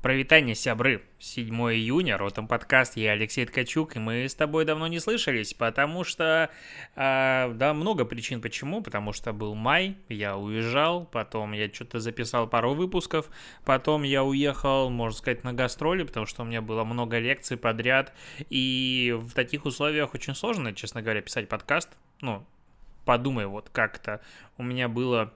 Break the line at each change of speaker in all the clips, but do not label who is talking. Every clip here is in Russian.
Провитание, сябры. 7 июня, Ротом подкаст, я Алексей Ткачук, и мы с тобой давно не слышались, потому что, да, много причин почему, потому что был май, я уезжал, потом я что-то записал пару выпусков, потом я уехал, можно сказать, на гастроли, потому что у меня было много лекций подряд, и в таких условиях очень сложно, честно говоря, писать подкаст, подумай, вот как-то у меня было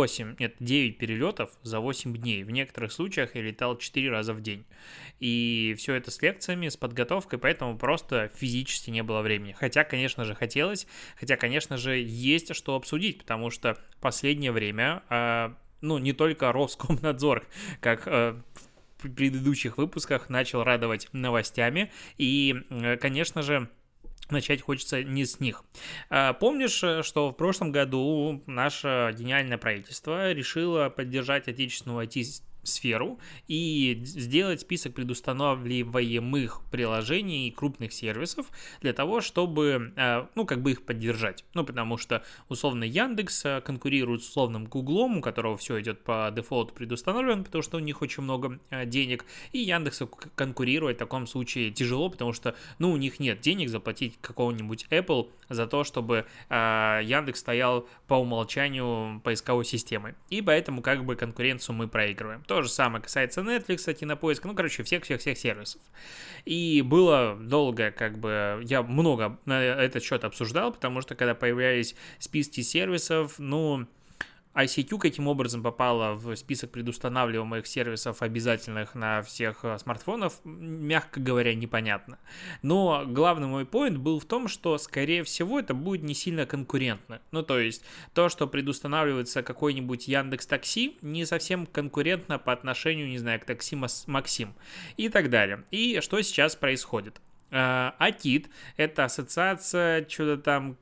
9 перелетов за 8 дней. В некоторых случаях я летал 4 раза в день. И все это с лекциями, с подготовкой, поэтому просто физически не было времени. Хотя, конечно же, хотелось, хотя, конечно же, есть что обсудить, потому что последнее время, не только Роскомнадзор, как в предыдущих выпусках, начал радовать новостями. И, конечно же, начать хочется не с них. Помнишь, что в прошлом году наше гениальное правительство решило поддержать отечественную IT-сферу и сделать список предустанавливаемых приложений и крупных сервисов для того, чтобы, их поддержать. Потому что, условно, Яндекс конкурирует с условным Гуглом, у которого все идет по дефолту предустановлен, потому что у них очень много денег, и Яндексу конкурировать в таком случае тяжело, потому что, у них нет денег заплатить какого-нибудь Apple за то, чтобы Яндекс стоял по умолчанию поисковой системой. И поэтому конкуренцию мы проигрываем. То же самое касается Netflix, Кинопоиск, всех сервисов. И было долго, я много на этот счет обсуждал, потому что когда появлялись списки сервисов, ICQ каким образом попала в список предустанавливаемых сервисов, обязательных на всех смартфонов, мягко говоря, непонятно. Но главный мой поинт был в том, что, скорее всего, это будет не сильно конкурентно. То есть, то, что предустанавливается какой-нибудь Яндекс.Такси, не совсем конкурентно по отношению, не знаю, к Такси Максим и так далее. И что сейчас происходит? АТИД – это ассоциация, что-то там,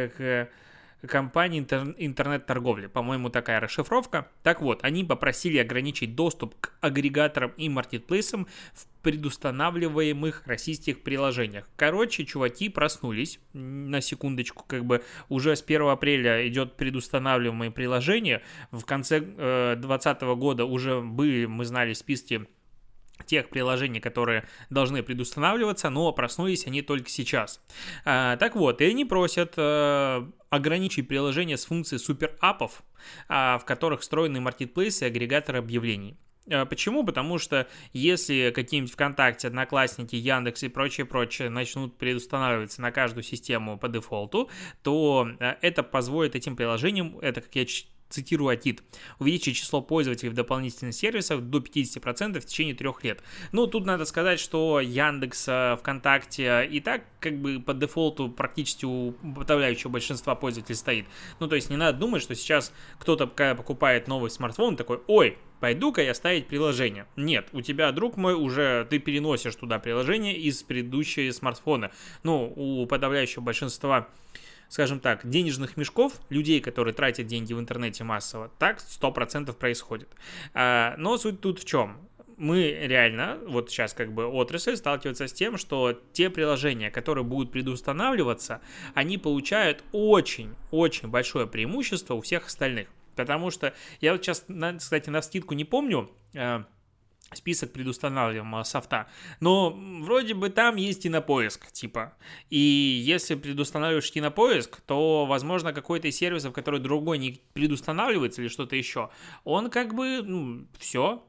компании интернет-торговли, по-моему, такая расшифровка. Так вот, они попросили ограничить доступ к агрегаторам и маркетплейсам в предустанавливаемых российских приложениях. Чуваки проснулись, на секундочку, уже с 1 апреля идет предустанавливаемые приложения, в конце 2020 года уже были, мы знали, списки тех приложений, которые должны предустанавливаться, но проснулись они только сейчас. Так вот, и они просят ограничить приложения с функцией супераппов, в которых встроены маркетплейсы и агрегаторы объявлений. Почему? Потому что если какие-нибудь ВКонтакте, Одноклассники, Яндекс и прочее начнут предустанавливаться на каждую систему по дефолту, то это позволит этим приложениям, это, как я цитирую АТИД, увеличить число пользователей в дополнительных сервисах до 50% в течение 3 лет. Тут надо сказать, что Яндекс, ВКонтакте и так по дефолту практически у подавляющего большинства пользователей стоит. То есть не надо думать, что сейчас кто-то, когда покупает новый смартфон, такой: ой, пойду-ка я ставить приложение. Нет, у тебя, друг мой, уже ты переносишь туда приложение из предыдущего смартфона. У подавляющего большинства, скажем так, денежных мешков, людей, которые тратят деньги в интернете массово, так 100% происходит. Но суть тут в чем? Мы реально, вот сейчас отрасль сталкивается с тем, что те приложения, которые будут предустанавливаться, они получают очень-очень большое преимущество у всех остальных. Потому что я вот сейчас, кстати, навскидку не помню список предустанавливаемого софта, но вроде бы там есть Кинопоиск, и если предустанавливаешь Кинопоиск, то, возможно, какой-то из сервисов, который другой не предустанавливается или что-то еще, он все,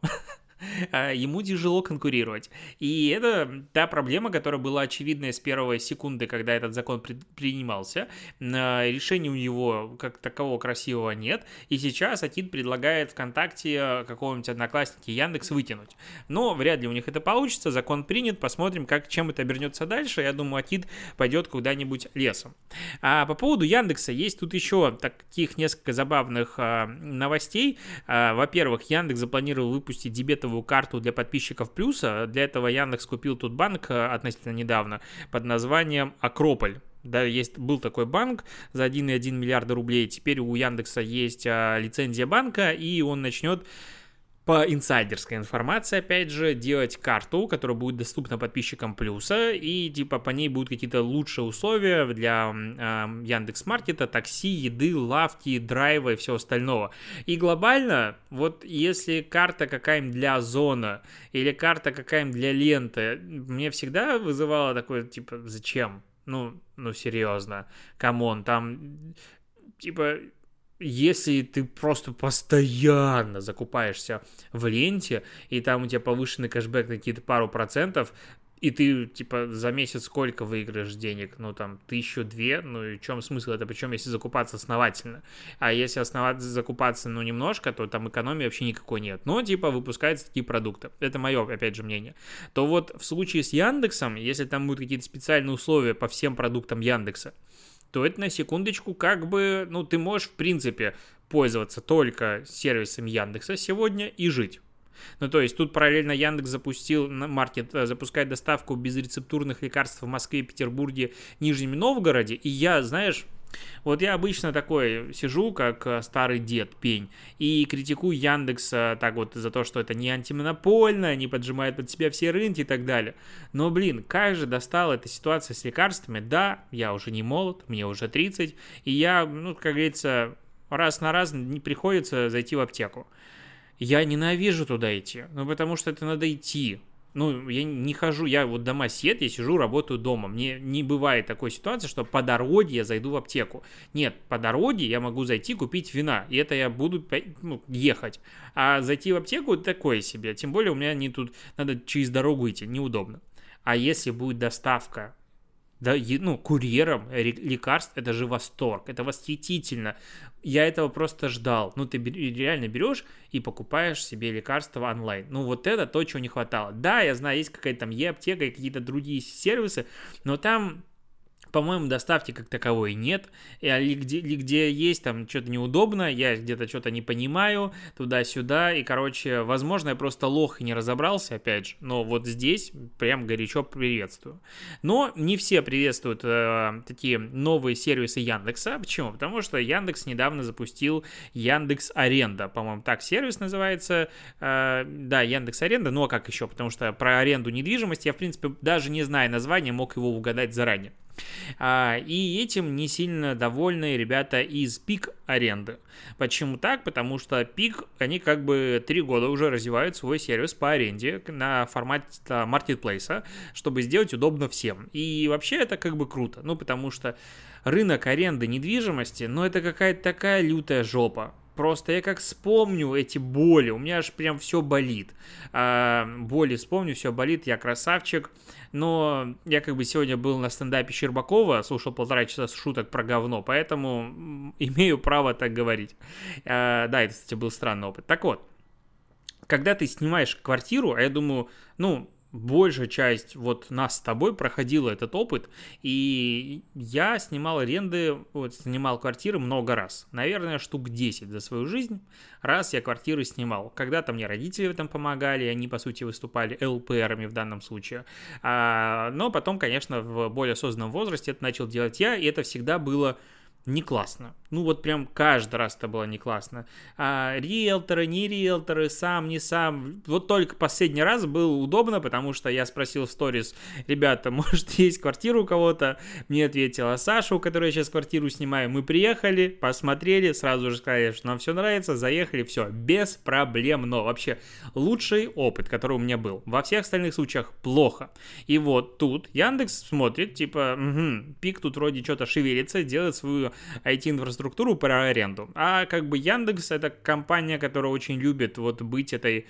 ему тяжело конкурировать. И это та проблема, которая была очевидной с первой секунды, когда этот закон принимался. Решения у него как такового красивого нет. И сейчас АТИД предлагает ВКонтакте, какого-нибудь Одноклассники, Яндекс вытянуть. Но вряд ли у них это получится. Закон принят. Посмотрим, чем это обернется дальше. Я думаю, АТИД пойдет куда-нибудь лесом. А по поводу Яндекса есть тут еще таких несколько забавных новостей. Во-первых, Яндекс запланировал выпустить дебетовую карту для подписчиков Плюса. Для этого Яндекс купил тут банк относительно недавно под названием Акрополь. Да, был такой банк за 1,1 миллиарда рублей. Теперь у Яндекса есть лицензия банка, и он начнет по инсайдерской информации, опять же, делать карту, которая будет доступна подписчикам Плюса, и типа по ней будут какие-то лучшие условия для Яндекс.Маркета, такси, еды, лавки, драйва и всего остального. И глобально, вот если карта какая-нибудь для Озона или карта какая-нибудь для ленты, мне всегда вызывало такое, типа, зачем? Ну серьезно, камон, там, типа... Если ты просто постоянно закупаешься в ленте, и там у тебя повышенный кэшбэк на какие-то пару процентов, и ты, типа, за месяц сколько выиграешь денег? Ну, там, 1000-2, ну, и в чем смысл? Это причем, если закупаться основательно. А если закупаться, ну, немножко, то там экономии вообще никакой нет. Но, типа, выпускаются такие продукты. Это мое, опять же, мнение. То вот в случае с Яндексом, если там будут какие-то специальные условия по всем продуктам Яндекса, то это на секундочку как бы, ну, ты можешь, в принципе, пользоваться только сервисом Яндекса сегодня и жить. Ну, то есть тут параллельно Яндекс запускает доставку безрецептурных лекарств в Москве, Петербурге, Нижнем Новгороде, и я, знаешь... Вот я обычно такой сижу, как старый дед, пень, и критикую Яндекс так вот за то, что это не антимонопольно, не поджимает под себя все рынки и так далее. Но, блин, как же достала эта ситуация с лекарствами? Да, я уже не молод, мне уже 30, и я, ну, как говорится, раз на раз не приходится зайти в аптеку. Я ненавижу туда идти, ну, потому что это надо идти. Ну, я не хожу, я вот домосед, я сижу, работаю дома. Мне не бывает такой ситуации, что по дороге я зайду в аптеку. Нет, по дороге я могу зайти купить вина, и это я буду ехать. А зайти в аптеку такое себе, тем более у меня не тут, надо через дорогу идти, неудобно. А если будет доставка, да, ну, курьером лекарств, это же восторг, это восхитительно. Я этого просто ждал. Ну, ты реально берешь и покупаешь себе лекарства онлайн. Ну, вот это то, чего не хватало. Да, я знаю, есть какая-то там e-аптека и какие-то другие сервисы, но там... По-моему, доставки как таковой нет, или где есть, там что-то неудобно, я где-то что-то не понимаю, туда-сюда, и, короче, возможно, я просто лох и не разобрался, опять же, но вот здесь прям горячо приветствую. Но не все приветствуют такие новые сервисы Яндекса. Почему? Потому что Яндекс недавно запустил Яндекс.Аренда, по-моему, так сервис называется, да, Яндекс.Аренда, ну а как еще, потому что про аренду недвижимости я, в принципе, даже не зная названия, мог его угадать заранее. И этим не сильно довольны ребята из Пик аренды. Почему так? Потому что Пик, они как бы 3 года уже развивают свой сервис по аренде на формате маркетплейса, чтобы сделать удобно всем. И вообще это как бы круто, ну потому что рынок аренды недвижимости, ну это какая-то такая лютая жопа. Просто я как вспомню эти боли, у меня аж прям все болит. Боли вспомню, все болит, я красавчик. Но я как бы сегодня был на стендапе Щербакова, слушал 1,5 часа шуток про говно, поэтому имею право так говорить. Да, это, кстати, был странный опыт. Так вот, когда ты снимаешь квартиру, а я думаю, ну... большая часть вот нас с тобой проходила этот опыт, и я снимал аренды, вот, снимал квартиры много раз. Наверное, штук 10 за свою жизнь раз я квартиры снимал. Когда-то мне родители в этом помогали, они, по сути, выступали ЛПРами в данном случае. Но потом, конечно, в более осознанном возрасте это начал делать я, и это всегда было не классно. Ну вот прям каждый раз это было не классно. Риэлторы, не риэлторы, сам, не сам. Вот только последний раз было удобно, потому что я спросил в сторис: ребята, может есть квартира у кого-то? Мне ответила Саша, у которой я сейчас квартиру снимаю. Мы приехали, посмотрели, сразу же сказали, что нам все нравится, заехали, все, беспроблемно. Вообще лучший опыт, который у меня был. Во всех остальных случаях плохо. И вот тут Яндекс смотрит, типа, Пик тут вроде что-то шевелится, делает свою IT-инфраструктуру про аренду. А как бы Яндекс — это компания, которая очень любит вот быть этой,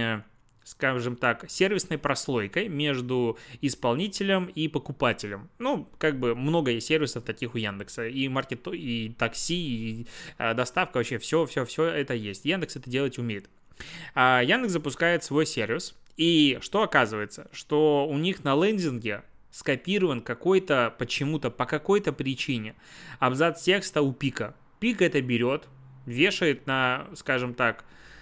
скажем так, сервисной прослойкой между исполнителем и покупателем. Ну, как бы много есть сервисов таких у Яндекса. И маркет, и такси, и доставка, вообще все это есть. Яндекс это делать умеет. А Яндекс запускает свой сервис. И что оказывается? Что у них на лендинге скопирован какой-то, почему-то, по какой-то причине абзац текста у Пика. Пик это берет, вешает на, скажем так,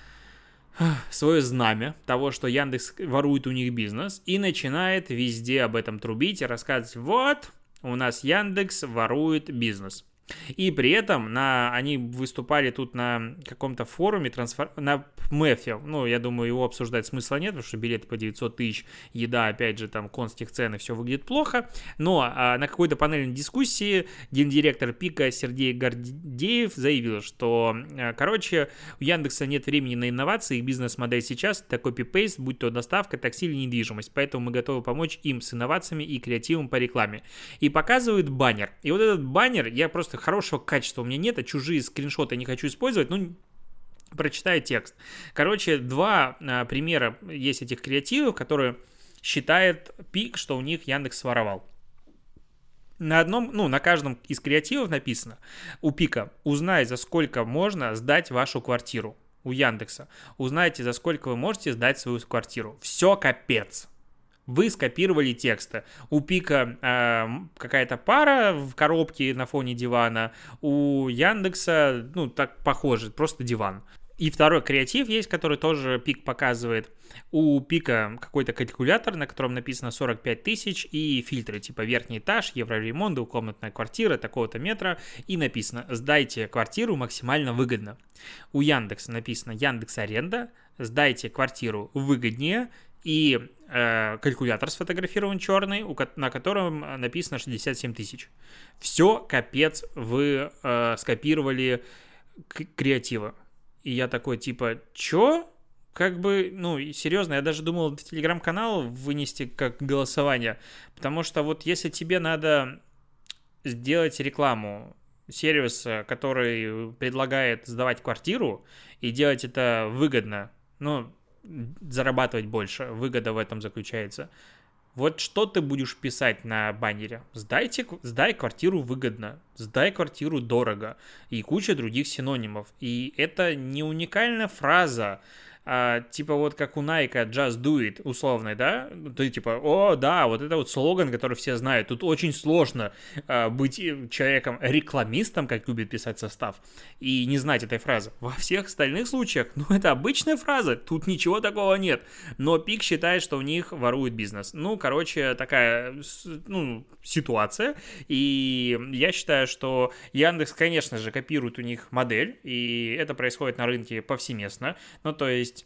свое знамя того, что Яндекс ворует у них бизнес, и начинает везде об этом трубить и рассказывать: вот, у нас Яндекс ворует бизнес. И при этом они выступали тут на каком-то форуме, на МЭФе. Ну, я думаю, его обсуждать смысла нет, потому что билеты по 900 тысяч, еда, опять же, там, конских цен, и все выглядит плохо. Но на какой-то панельной дискуссии гендиректор ПИКа Сергей Гордеев заявил, что, короче, у Яндекса нет времени на инновации, их бизнес-модель сейчас — это копи-пейст, будь то доставка, такси или недвижимость. Поэтому мы готовы помочь им с инновациями и креативом по рекламе. И показывают баннер. И вот этот баннер, я просто хорошего качества у меня нет, а чужие скриншоты не хочу использовать, ну, прочитаю текст. Короче, два примера есть этих креативов, которые считает ПИК, что у них Яндекс своровал. На каждом из креативов написано: у ПИКа узнай, за сколько можно сдать вашу квартиру. У Яндекса узнайте, за сколько вы можете сдать свою квартиру. Все капец. Вы скопировали тексты. У Пика какая-то пара в коробке на фоне дивана. У Яндекса, ну, так похоже, просто диван. И второй креатив есть, который тоже Пик показывает. У Пика какой-то калькулятор, на котором написано 45 тысяч, и фильтры типа верхний этаж, евроремонт, двухкомнатная квартира такого-то метра, и написано: сдайте квартиру максимально выгодно. У Яндекса написано: Яндекс аренда, сдайте квартиру выгоднее, и калькулятор сфотографирован черный, на котором написано 67 тысяч. Все, капец, вы скопировали креатива. И я такой, типа, чё? Как бы, ну, серьезно, я даже думал в телеграм-канал вынести как голосование, потому что вот если тебе надо сделать рекламу сервиса, который предлагает сдавать квартиру, и делать это выгодно, ну, зарабатывать больше, выгода в этом заключается. Вот что ты будешь писать на баннере? Сдай квартиру выгодно, сдай квартиру дорого и куча других синонимов. И это не уникальная фраза, типа вот как у Nike Just Do It, условный, да? Ты типа, о, да, вот это вот слоган, который все знают. Тут очень сложно быть человеком-рекламистом, как любит писать состав, и не знать этой фразы. Во всех остальных случаях, ну, это обычная фраза, тут ничего такого нет. Но Пик считает, что у них воруют бизнес. Ну, короче, такая, ну, ситуация. И я считаю, что Яндекс, конечно же, копирует у них модель, и это происходит на рынке повсеместно. Ну, то есть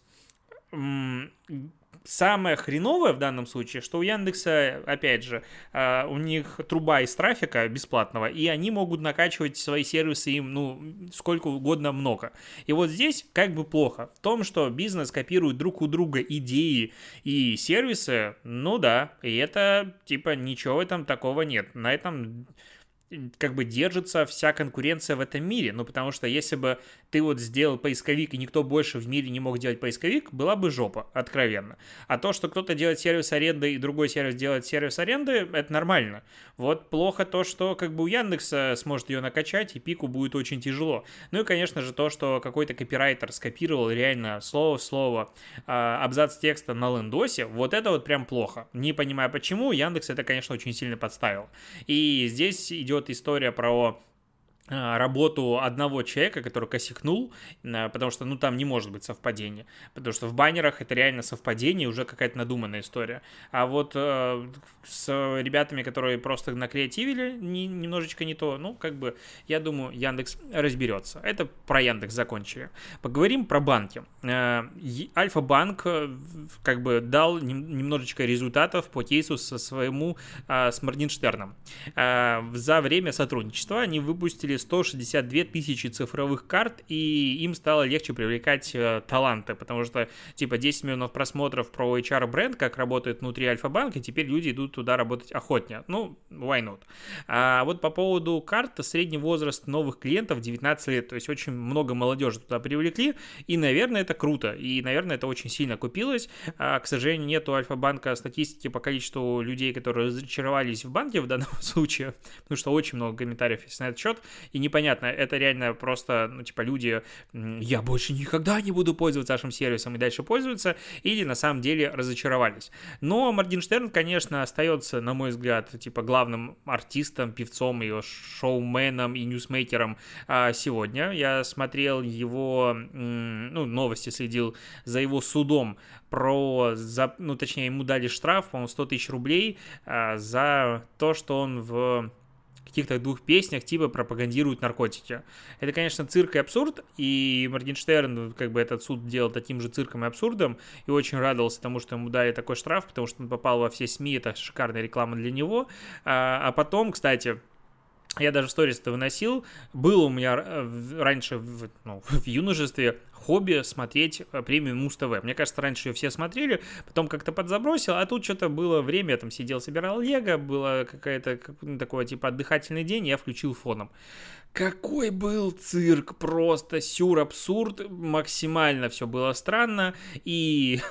самое хреновое в данном случае, что у Яндекса, опять же, у них труба из трафика бесплатного, и они могут накачивать свои сервисы им, ну, сколько угодно много. И вот здесь как бы плохо. В том, что бизнес копирует друг у друга идеи и сервисы, ну да, и это, типа, ничего в этом такого нет. На этом как бы держится вся конкуренция в этом мире. Ну, потому что если бы ты вот сделал поисковик, и никто больше в мире не мог делать поисковик, была бы жопа, откровенно. А то, что кто-то делает сервис аренды, и другой сервис делает сервис аренды, это нормально. Вот плохо то, что как бы у Яндекса сможет ее накачать, и Пику будет очень тяжело. Ну и, конечно же, то, что какой-то копирайтер скопировал реально слово в слово абзац текста на лендосе, вот это вот прям плохо. Не понимаю почему, Яндекс это, конечно, очень сильно подставил. И здесь идет история про работу одного человека, который косякнул, потому что, ну, там не может быть совпадения, потому что в баннерах это реально совпадение, уже какая-то надуманная история. А вот с ребятами, которые просто накреативили немножечко не то, ну, как бы, я думаю, Яндекс разберется. Это про Яндекс закончили. Поговорим про банки. Альфа-банк как бы дал немножечко результатов по кейсу с Моргенштерном. За время сотрудничества они выпустили 162 тысячи цифровых карт, и им стало легче привлекать таланты, потому что, типа, 10 миллионов просмотров про HR-бренд, как работает внутри Альфа-банка, теперь люди идут туда работать охотнее. Ну, why not? А вот по поводу карт, средний возраст новых клиентов 19 лет, то есть очень много молодежи туда привлекли, и, наверное, это круто, и, наверное, это очень сильно купилось. К сожалению, нет у Альфа-банка статистики по количеству людей, которые разочаровались в банке в данном случае, потому что очень много комментариев есть на этот счет, и непонятно, это реально просто, ну, типа, люди, я больше никогда не буду пользоваться вашим сервисом, и дальше пользуются, или на самом деле разочаровались. Но Моргенштерн, конечно, остается, на мой взгляд, типа, главным артистом, певцом, и шоуменом и ньюсмейкером сегодня. Я смотрел его, ну, новости следил за его судом точнее, ему дали штраф, по-моему, 100 тысяч рублей за то, что он в каких-то 2 песнях типа пропагандируют наркотики. Это, конечно, цирк и абсурд, и Моргенштерн как бы этот суд делал таким же цирком и абсурдом, и очень радовался тому, что ему дали такой штраф, потому что он попал во все СМИ, это шикарная реклама для него. А потом, кстати, я даже в сторис-то выносил, было у меня раньше в юношестве хобби смотреть премию Муз-ТВ. Мне кажется, раньше ее все смотрели, потом как-то подзабросил, а тут что-то было время, я там сидел, собирал лего, было какая-то такой типа отдыхательный день, я включил фоном. Какой был цирк, просто сюр-абсурд, максимально все было странно, и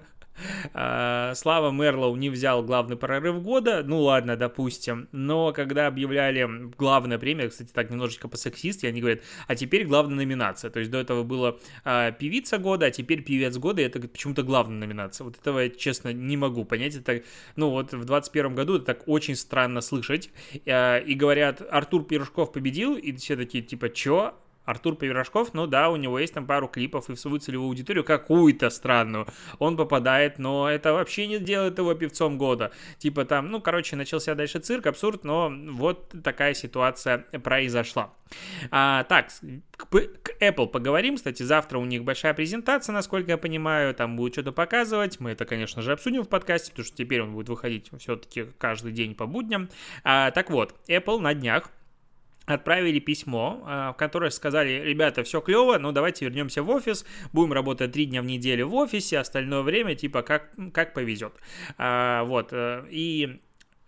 Слава Мэрлоу не взял главный прорыв года, ну ладно, допустим, но когда объявляли главная премия, кстати, так немножечко по-сексистски, они говорят, а теперь главная номинация, то есть до этого было певица года, а теперь певец года, и это почему-то главная номинация, вот этого я, честно, не могу понять, это, ну вот в 2021 году это так очень странно слышать, и говорят, Артур Пирожков победил, и все такие, типа, чё? Артур Пирожков, ну да, у него есть там пару клипов и в свою целевую аудиторию какую-то странную он попадает, но это вообще не делает его певцом года. Типа там, ну, короче, начался дальше цирк, абсурд, но вот такая ситуация произошла. Так, к Apple поговорим, кстати, завтра у них большая презентация, насколько я понимаю, там будут что-то показывать, мы это, конечно же, обсудим в подкасте, потому что теперь он будет выходить все-таки каждый день по будням. Так вот, Apple на днях отправили письмо, в которое сказали, ребята, все клево, но давайте вернемся в офис, будем работать 3 дня в неделю в офисе, остальное время типа как повезет. Вот, и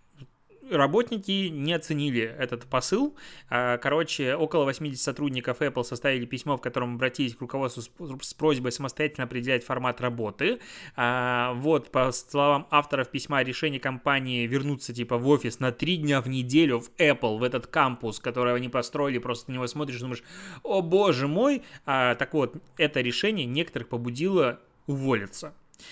работники не оценили этот посыл. Короче, около 80 сотрудников Apple составили письмо, в котором обратились к руководству с просьбой самостоятельно определять формат работы. Вот, по словам авторов письма, решение компании вернуться типа в офис на 3 дня в неделю в Apple, в этот кампус, который они построили, просто на него смотришь, думаешь, о боже мой. Так вот, это решение некоторых побудило уволиться.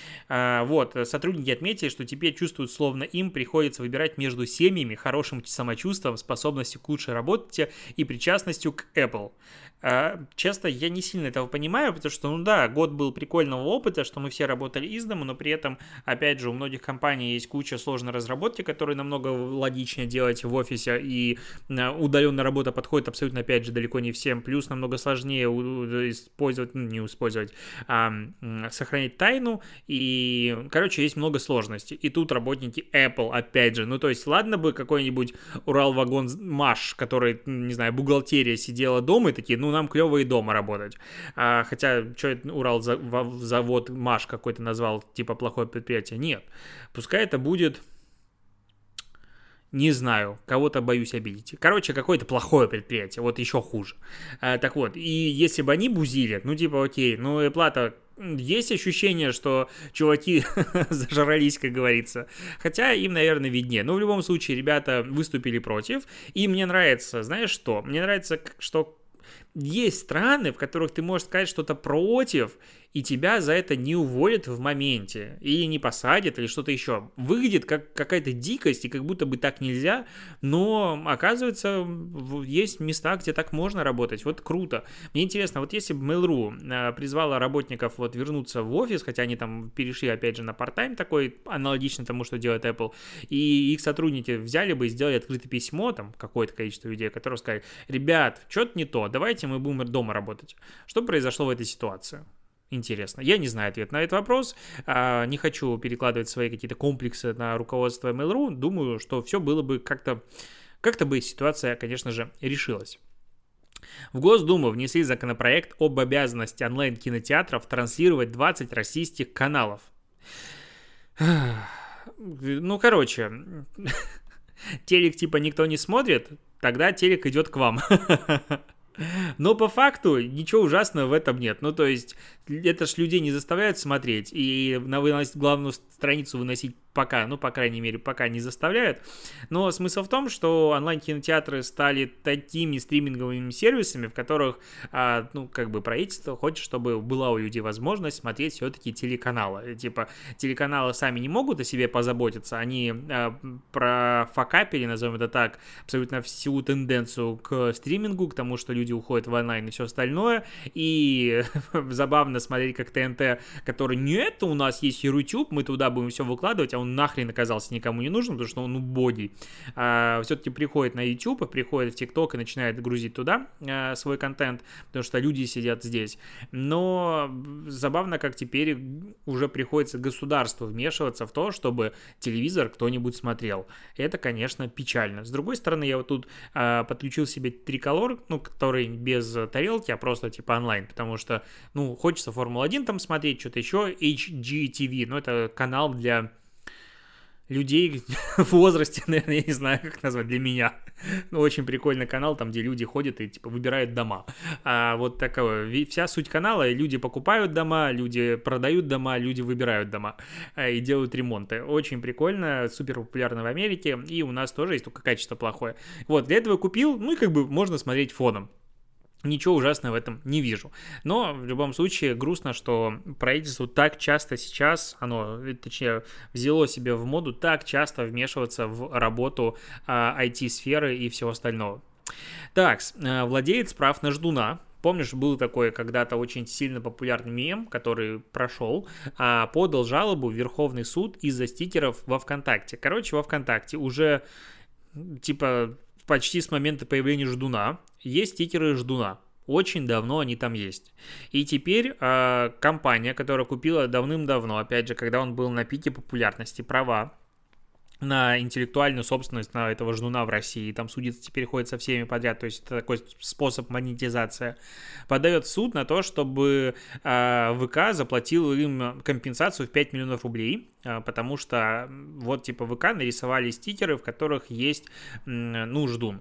Вот, сотрудники отметили, что теперь чувствуют, словно им приходится выбирать между семьями, хорошим самочувствием, способностью к лучшей работе и причастностью к Apple. Честно, я не сильно этого понимаю, потому что, ну да, год был прикольного опыта, что мы все работали из дома, но при этом, опять же, у многих компаний есть куча сложной разработки, которые намного логичнее делать в офисе, и удаленная работа подходит абсолютно, опять же, далеко не всем, плюс намного сложнее использовать, ну, не использовать, сохранять тайну, и, короче, есть много сложностей. И тут работники Apple, опять же, ну, то есть, ладно бы какой-нибудь Уралвагонмаш, который, не знаю, бухгалтерия сидела дома и такие, ну, нам клево и дома работать. Хотя, что это Уралзавод Маш какой-то назвал, типа, плохое предприятие? Нет. Пускай это будет... Не знаю, кого-то боюсь обидеть. Короче, какое-то плохое предприятие, вот еще хуже. Так вот, и если бы они бузили, ну, типа, окей, ну, и плата... Есть ощущение, что чуваки зажрались, как говорится. Хотя им, наверное, виднее. Но в любом случае, ребята выступили против. И мне нравится, знаешь что? Мне нравится, что есть страны, в которых ты можешь сказать что-то против, и тебя за это не уволят в моменте, или не посадят, или что-то еще. Выглядит как какая-то дикость, и как будто бы так нельзя, но, оказывается, есть места, где так можно работать. Вот круто. Мне интересно, вот если бы Mail.ru призвала работников вот вернуться в офис, хотя они там перешли, опять же, на part-time такой, аналогично тому, что делает Apple, и их сотрудники взяли бы и сделали открытое письмо, там, какое-то количество людей, которые сказали, ребят, что-то не то, давайте мы будем дома работать. Что произошло в этой ситуации? Интересно. Я не знаю ответ на этот вопрос. Не хочу перекладывать свои какие-то комплексы на руководство Mail.ru. Думаю, что все было бы как-то бы ситуация, конечно же, решилась. В Госдуму внесли законопроект об обязанности онлайн-кинотеатров транслировать 20 российских каналов. Ну, короче, телек типа никто не смотрит, тогда телек идет к вам. Но по факту ничего ужасного в этом нет. Ну, то есть, это ж людей не заставляют смотреть, и на главную страницу выносить пока, ну, по крайней мере, пока не заставляют. Но смысл в том, что онлайн-кинотеатры стали такими стриминговыми сервисами, в которых, ну, как бы правительство хочет, чтобы была у людей возможность смотреть все-таки телеканалы. Типа, телеканалы сами не могут о себе позаботиться, они профакапили, назовем это так, абсолютно всю тенденцию к стримингу, к тому, что люди уходят в онлайн и все остальное. И забавно забавно смотреть, как ТНТ, который, нет, у нас есть YouTube, мы туда будем все выкладывать, а он нахрен оказался никому не нужен, потому что он убогий. Все-таки приходит на YouTube, приходит в TikTok и начинает грузить туда свой контент, потому что люди сидят здесь. Но забавно, как теперь уже приходится государству вмешиваться в то, чтобы телевизор кто-нибудь смотрел. Это, конечно, печально. С другой стороны, я вот тут подключил себе триколор, который без тарелки, а просто типа онлайн, потому что, хочется Формулу-1 там смотреть, что-то еще, HGTV, это канал для людей в возрасте, наверное, я не знаю, как назвать, для меня. Очень прикольный канал, там, где люди ходят и, типа, выбирают дома. Вот такое. Вся суть канала, люди покупают дома, люди продают дома, люди выбирают дома и делают ремонты. Очень прикольно, супер популярно в Америке, и у нас тоже есть, только качество плохое. Вот, для этого купил, и можно смотреть фоном. Ничего ужасного в этом не вижу. Но в любом случае грустно, что правительство так часто сейчас, точнее, взяло себе в моду так часто вмешиваться в работу IT-сферы и всего остального. Так, владелец прав на ждуна. Помнишь, был такой когда-то очень сильно популярный мем, который прошел, подал жалобу в Верховный суд из-за стикеров во ВКонтакте. Короче, во ВКонтакте уже почти с момента появления ждуна есть стикеры ждуна. Очень давно они там есть. И теперь компания, которая купила давным-давно, опять же, когда он был на пике популярности, права на интеллектуальную собственность на этого ждуна в России, там судиться теперь ходит со всеми подряд, то есть это такой способ монетизации, подает в суд на то, чтобы ВК заплатил им компенсацию в 5 миллионов рублей, потому что ВК нарисовали стикеры, в которых есть, ждун.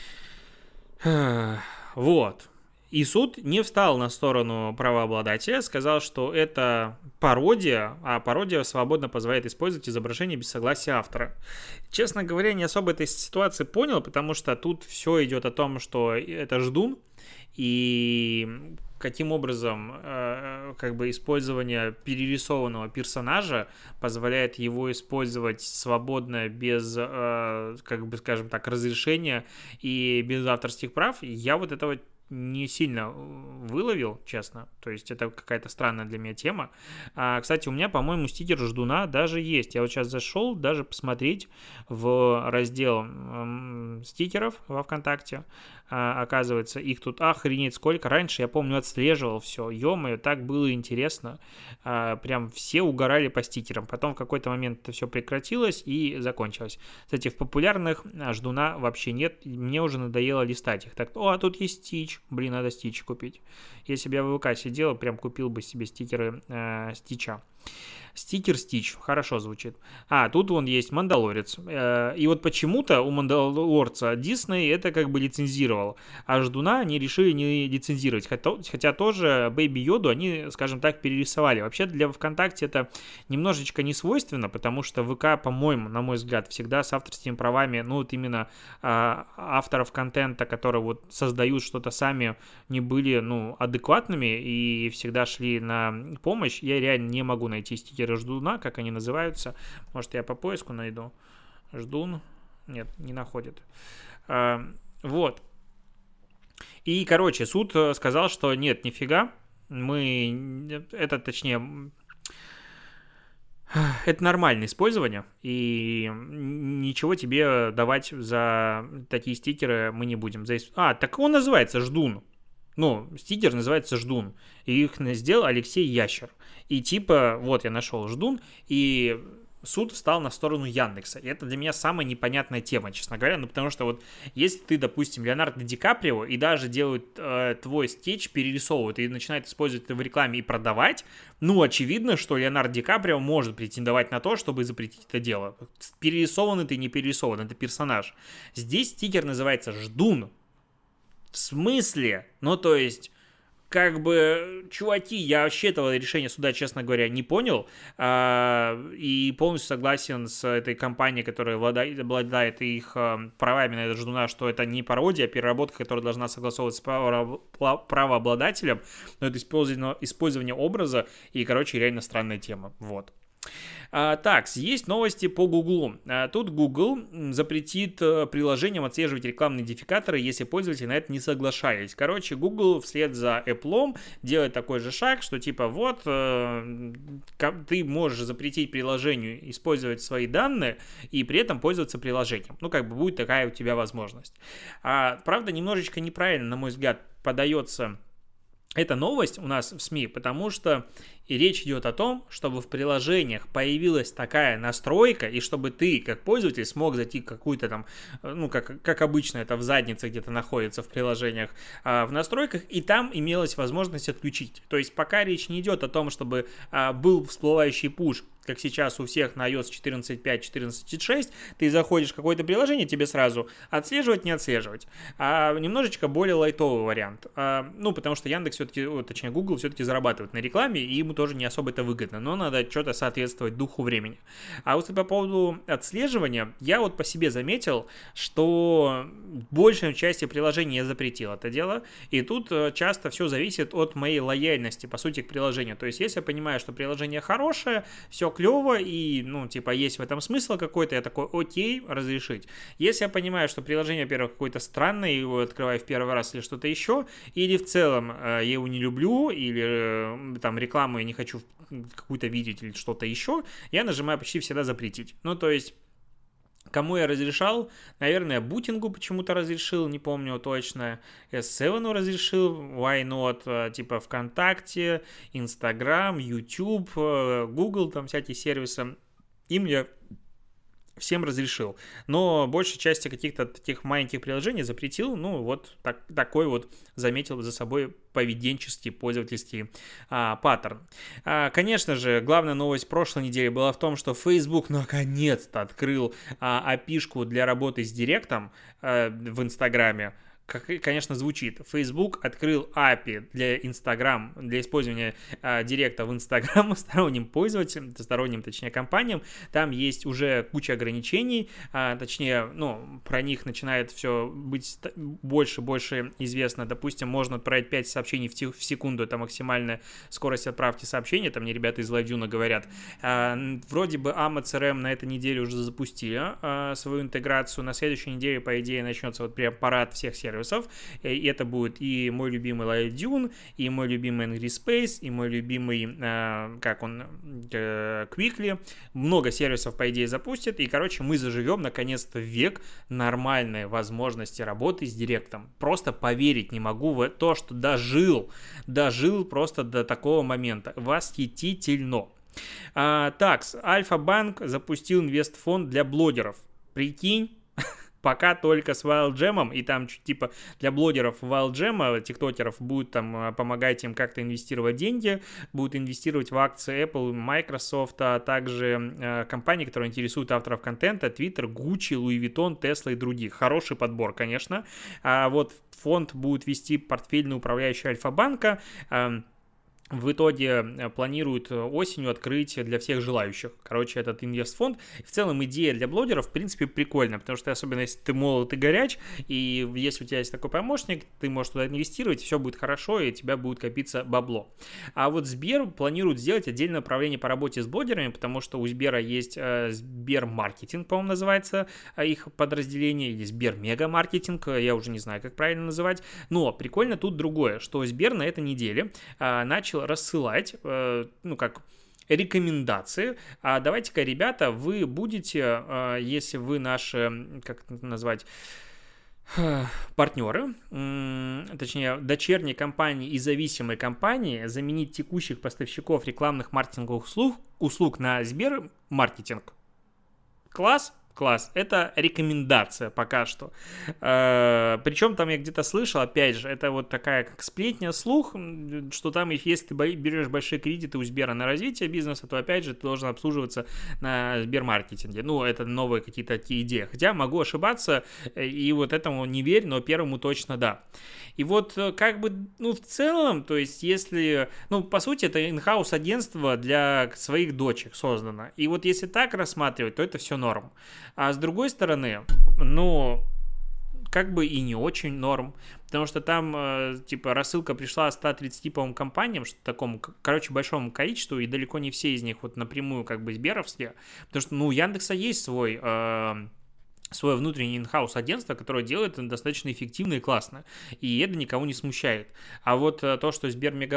Вот. И суд не встал на сторону правообладателя, сказал, что это пародия, а пародия свободно позволяет использовать изображение без согласия автора. Честно говоря, не особо этой ситуации понял, потому что тут все идет о том, что это ждун, и каким образом использование перерисованного персонажа позволяет его использовать свободно, без, разрешения и без авторских прав, я вот этого не сильно выловил, честно. То есть это какая-то странная для меня тема. Кстати, у меня, по-моему, стикер ждуна даже есть. Я вот сейчас зашел даже посмотреть в раздел стикеров во ВКонтакте. Оказывается, их тут охренеть сколько. Раньше, я помню, отслеживал все. Ё-моё, так было интересно. Прям все угорали по стикерам. Потом в какой-то момент это все прекратилось и закончилось. Кстати, в популярных ждуна вообще нет. Мне уже надоело листать их. Так, а тут есть Стич. Блин, надо Стич купить. Если бы я в ВК сидел, прям купил бы себе стикеры Стича. Стикер Стич, хорошо звучит. Тут вон есть Мандалорец. И вот почему-то у Мандалорца Дисней это лицензировал, а ждуна они решили не лицензировать. Хотя тоже Бэйби Йоду они, скажем так, перерисовали. Вообще для ВКонтакте это немножечко не свойственно, потому что ВК, по-моему, на мой взгляд, всегда с авторскими правами, именно авторов контента, которые создают что-то сами, не были, адекватными и всегда шли на помощь. Я реально не могу найти стикеры ждуна, как они называются. Может, я по поиску найду. Ждун. Нет, не находит. Вот. И, суд сказал, что нет, нифига. Это нормальное использование, и ничего тебе давать за такие стикеры мы не будем. Так он называется ждун. Стикер называется ждун. И их сделал Алексей Ящер. И я нашел ждун, и суд встал на сторону Яндекса. И это для меня самая непонятная тема, честно говоря. Потому что если ты, допустим, Леонардо Ди Каприо, и даже делают твой скетч, перерисовывают и начинают использовать это в рекламе и продавать, очевидно, что Леонардо Ди Каприо может претендовать на то, чтобы запретить это дело. Перерисован ты, не перерисован, это персонаж. Здесь стикер называется ждун. В смысле? Чуваки, я вообще этого решения суда, честно говоря, не понял, и полностью согласен с этой компанией, которая обладает их правами на этот ждуна, что это не пародия, а переработка, которая должна согласовываться с правообладателем, но это использование образа, и, реально странная тема, вот. Так, есть новости по Гуглу. Тут Google запретит приложениям отслеживать рекламные идентификаторы, если пользователи на это не соглашались. Короче, Google вслед за Apple делает такой же шаг, что типа вот ты можешь запретить приложению использовать свои данные и при этом пользоваться приложением. Ну, как бы будет такая у тебя возможность. Правда, немножечко неправильно, на мой взгляд, подается эта новость у нас в СМИ, потому что и речь идет о том, чтобы в приложениях появилась такая настройка, и чтобы ты, как пользователь, смог зайти в какую-то там, ну, как обычно это в заднице где-то находится в приложениях, в настройках, и там имелась возможность отключить. То есть пока речь не идет о том, чтобы был всплывающий пуш, как сейчас у всех на iOS 14.5, 14.6, ты заходишь в какое-то приложение, тебе сразу отслеживать, не отслеживать. Немножечко более лайтовый вариант. Ну, потому что Яндекс все-таки, точнее, Google все-таки зарабатывает на рекламе, и ему тоже не особо это выгодно, но надо что-то соответствовать духу времени. А вот по поводу отслеживания, я вот по себе заметил, что большей части приложений я запретил это дело, и тут часто все зависит от моей лояльности, по сути, к приложению. То есть, если я понимаю, что приложение хорошее, все клево, и, ну, типа, есть в этом смысл какой-то, я такой, окей, разрешить. Если я понимаю, что приложение, во-первых, какое-то странное, его открываю в первый раз или что-то еще, или в целом я его не люблю, или там рекламу я не хочу какую-то видеть или что-то еще, я нажимаю почти всегда запретить. Ну, то есть, кому я разрешал? Наверное, Бутингу почему-то разрешил, не помню точно. S7 разрешил, Why Not, типа ВКонтакте, Инстаграм, YouTube, Google, там всякие сервисы. Им я всем разрешил. Но большей части каких-то таких маленьких приложений запретил. Ну, вот такой вот заметил за собой поведенческий пользовательский паттерн. Конечно же, главная новость прошлой недели была в том, что Facebook наконец-то открыл API-шку для работы с Директом в Инстаграме. Как, конечно, звучит. Facebook открыл API для Instagram, для использования директа в Instagram сторонним пользователям, сторонним, точнее, компаниям. Там есть уже куча ограничений, точнее, ну, про них начинает все быть больше известно. Допустим, можно отправить 5 сообщений в секунду, это максимальная скорость отправки сообщений, там мне ребята из LiveDune говорят. Вроде бы AMA CRM на этой неделе уже запустили свою интеграцию. На следующей неделе, по идее, начнется вот прям парад всех сервисов. И это будет и мой любимый LiveDune, и мой любимый Angry Space, и мой любимый, Quickly. Много сервисов, по идее, запустят. И, короче, мы заживем, наконец-то, в век нормальной возможности работы с Директом. Просто поверить не могу в то, что дожил просто до такого момента. Восхитительно. Так, Альфа-банк запустил инвестфонд для блогеров. Прикинь. Пока только с WildGem, и там типа для блогеров WildGem, тиктокеров, будут там помогать им как-то инвестировать деньги, будут инвестировать в акции Apple, Microsoft, а также компании, которые интересуют авторов контента, Twitter, Gucci, Louis Vuitton, Tesla и других. Хороший подбор, конечно. А вот фонд будет вести портфельный управляющий Альфа-банка. В итоге планируют осенью открыть для всех желающих, короче, этот инвестфонд. В целом идея для блогеров, в принципе, прикольная, потому что особенно если ты молод и горяч, и если у тебя есть такой помощник, ты можешь туда инвестировать, все будет хорошо, и у тебя будет копиться бабло. А вот Сбер планирует сделать отдельное направление по работе с блогерами, потому что у Сбера есть Сбермаркетинг, по-моему, называется их подразделение, или Сбермегамаркетинг, я уже не знаю, как правильно называть. Но прикольно тут другое, что Сбер на этой неделе начал рассылать, рекомендации. Давайте-ка, ребята, вы будете, если вы наши, как это назвать, партнеры, точнее, дочерние компании и зависимые компании, заменить текущих поставщиков рекламных маркетинговых услуг на Сбермаркетинг. Класс? Класс, это рекомендация пока что. Причем там я где-то слышал, опять же, это вот такая как сплетня, слух, что там, если ты берешь большие кредиты у Сбера на развитие бизнеса, то опять же ты должен обслуживаться на Сбермаркетинге. Ну, это новые какие-то такие идеи. Хотя могу ошибаться, и вот этому не верь, но первому точно да. И вот как бы, ну, в целом, то есть если, ну, по сути, это in-house агентство для своих дочек создано. И вот если так рассматривать, то это все норм. А с другой стороны, ну, как бы и не очень норм, потому что там, типа, рассылка пришла 130, по-моему, компаниям, что такому, короче, большому количеству, и далеко не все из них вот напрямую как бы сберовские, потому что, ну, у Яндекса есть свое внутреннее инхаус агентство, которое делает это достаточно эффективно и классно. И это никого не смущает. А вот то, что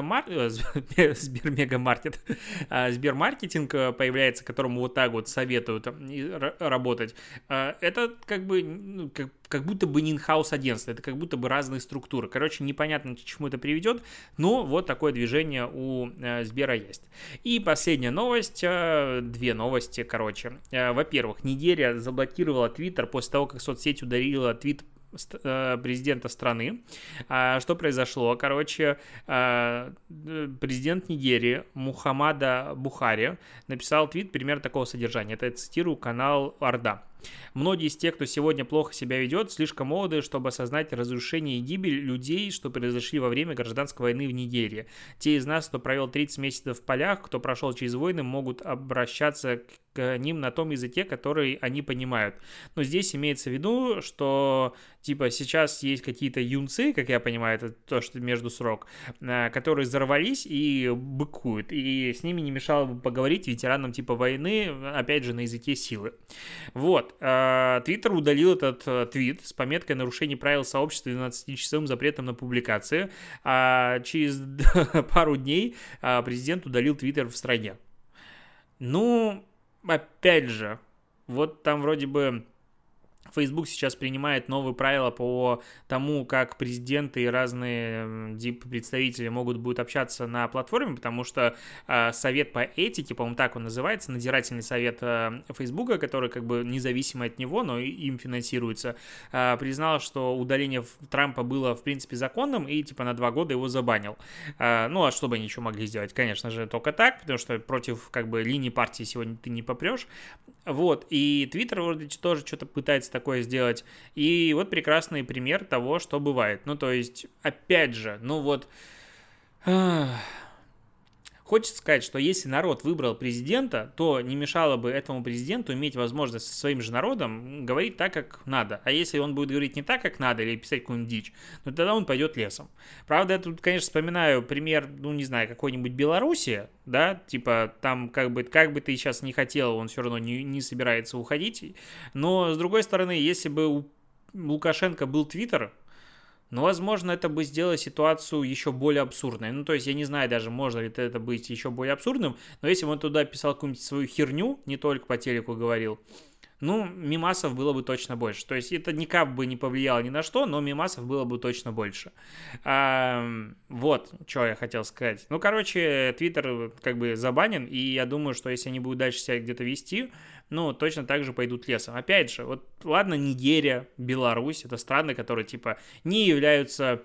Сбермаркетинг появляется, которому вот так вот советуют работать, это как бы как будто бы не инхаус агентство, это как будто бы разные структуры. Короче, непонятно, к чему это приведет, но вот такое движение у Сбера есть. И последняя новость, две новости, короче. Во-первых, Нигерия заблокировала Твиттер после того, как соцсеть удалила твит президента страны. Что произошло? Короче, президент Нигерии Мухаммада Бухари написал твит примерно такого содержания. Это я цитирую канал Орда. Многие из тех, кто сегодня плохо себя ведет, слишком молоды, чтобы осознать разрушение и гибель людей, что произошли во время гражданской войны в Нигерии. Те из нас, кто провел 30 месяцев в полях, кто прошел через войны, могут обращаться к ним на том языке, который они понимают. Но здесь имеется в виду, что типа сейчас есть какие-то юнцы, как я понимаю, это то, что между срок, которые взорвались и быкуют, и с ними не мешало бы поговорить ветеранам типа войны, опять же, на языке силы. Вот. Твиттер удалил этот твит с пометкой нарушение правил сообщества и 12-часовым запретом на публикации. Через пару дней президент удалил Твиттер в стране. Ну, опять же, вот там вроде бы Facebook сейчас принимает новые правила по тому, как президенты и разные представители могут будут общаться на платформе, потому что совет по этике, по-моему, так он называется, надзирательный совет Facebook, который как бы независимый от него, но им финансируется, признал, что удаление Трампа было, в принципе, законным и типа на 2 года его забанил. Ну, а что бы они еще могли сделать? Конечно же, только так, потому что против как бы линии партии сегодня ты не попрешь. Вот, и Twitter вроде тоже что-то пытается такое сделать. И вот прекрасный пример того, что бывает. Ну, то есть, опять же, ну вот... Хочется сказать, что если народ выбрал президента, то не мешало бы этому президенту иметь возможность со своим же народом говорить так, как надо. А если он будет говорить не так, как надо, или писать какую-нибудь дичь, то тогда он пойдет лесом. Правда, я тут, конечно, вспоминаю пример, ну, не знаю, какой-нибудь Белоруссии, да, типа там как бы ты сейчас не хотел, он все равно не собирается уходить. Но, с другой стороны, если бы у Лукашенко был Твиттер, но, возможно, это бы сделало ситуацию еще более абсурдной. Ну, то есть, я не знаю даже, можно ли это быть еще более абсурдным, но если бы он туда писал какую-нибудь свою херню, не только по телеку говорил, ну, мемасов было бы точно больше. То есть, это никак бы не повлияло ни на что, но мемасов было бы точно больше. Вот, что я хотел сказать. Ну, короче, Твиттер как бы забанен, и я думаю, что если они будут дальше себя где-то вести, ну, точно так же пойдут лесом. Опять же, вот, ладно, Нигерия, Беларусь, это страны, которые, типа, не являются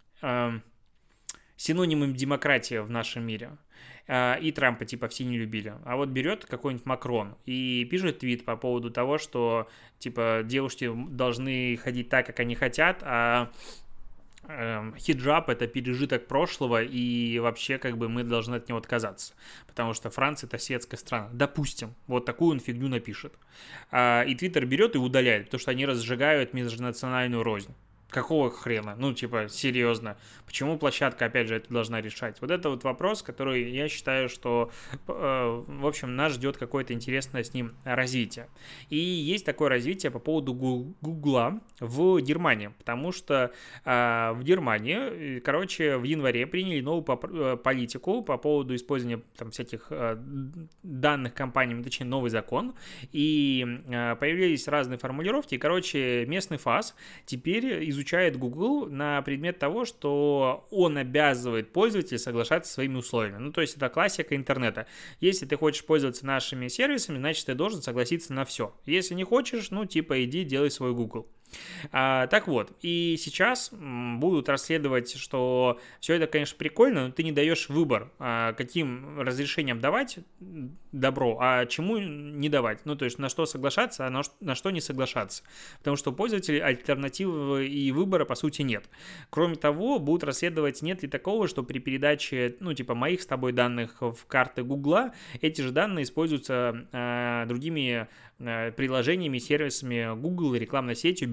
синонимом демократии в нашем мире. И Трампа, типа, все не любили. А вот берет какой-нибудь Макрон и пишет твит по поводу того, что, типа, девушки должны ходить так, как они хотят, а хиджаб — это пережиток прошлого, и вообще как бы мы должны от него отказаться, потому что Франция — это светская страна. Допустим, вот такую он фигню напишет. И Твиттер берет и удаляет, потому что они разжигают межнациональную рознь. Какого хрена? Ну, типа, серьезно. Почему площадка, опять же, это должна решать? Вот это вот вопрос, который я считаю, что, в общем, нас ждет какое-то интересное с ним развитие. И есть такое развитие по поводу Гугла в Германии, потому что в Германии, короче, в январе приняли новую политику по поводу использования там всяких данных компаниями, точнее, новый закон, и появились разные формулировки, и, короче, местный ФАС теперь изучает Google на предмет того, что он обязывает пользователей соглашаться со своими условиями. Ну, то есть это классика интернета. Если ты хочешь пользоваться нашими сервисами, значит, ты должен согласиться на все. Если не хочешь, ну, типа, иди, делай свой Google. Так вот, и сейчас будут расследовать, что все это, конечно, прикольно, но ты не даешь выбор, каким разрешением давать добро, а чему не давать. Ну, то есть на что соглашаться, а на что не соглашаться. Потому что у пользователей альтернативы и выбора, по сути, нет. Кроме того, будут расследовать, нет ли такого, что при передаче, ну, типа, моих с тобой данных в карты Гугла, эти же данные используются другими приложениями, сервисами Google и рекламной сетью без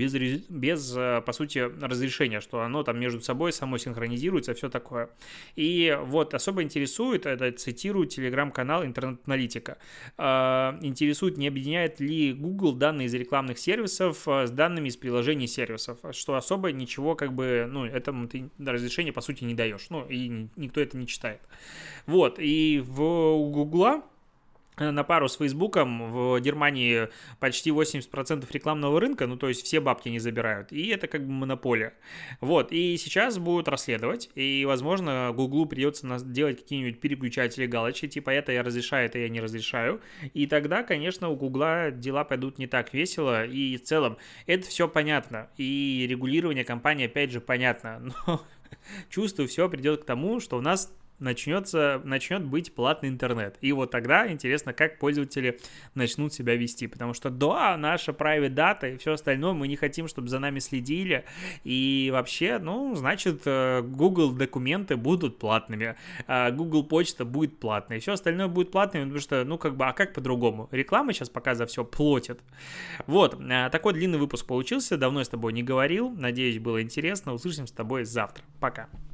по сути, разрешения, что оно там между собой само синхронизируется, все такое. И вот особо интересует, это цитирую телеграм-канал «Интернет-аналитика», интересует, не объединяет ли Google данные из рекламных сервисов с данными из приложений сервисов, что особо ничего этому ты разрешения по сути не даешь, и никто это не читает. Вот, и у Гугла на пару с Фейсбуком в Германии почти 80% рекламного рынка, то есть все бабки не забирают, и это как бы монополия. Вот, и сейчас будут расследовать, и, возможно, Гуглу придется делать какие-нибудь переключатели, галочки, типа это я разрешаю, это я не разрешаю, и тогда, конечно, у Гугла дела пойдут не так весело, и в целом это все понятно, и регулирование компании, опять же, понятно, но чувствую, все придет к тому, что у нас начнет быть платный интернет. И вот тогда интересно, как пользователи начнут себя вести. Потому что да, наша private data и все остальное, мы не хотим, чтобы за нами следили. И вообще, значит, Google документы будут платными. Google почта будет платной. И все остальное будет платным, потому что, а как по-другому? Реклама сейчас пока за все платит. Вот, такой длинный выпуск получился. Давно я с тобой не говорил. Надеюсь, было интересно. Услышимся с тобой завтра. Пока.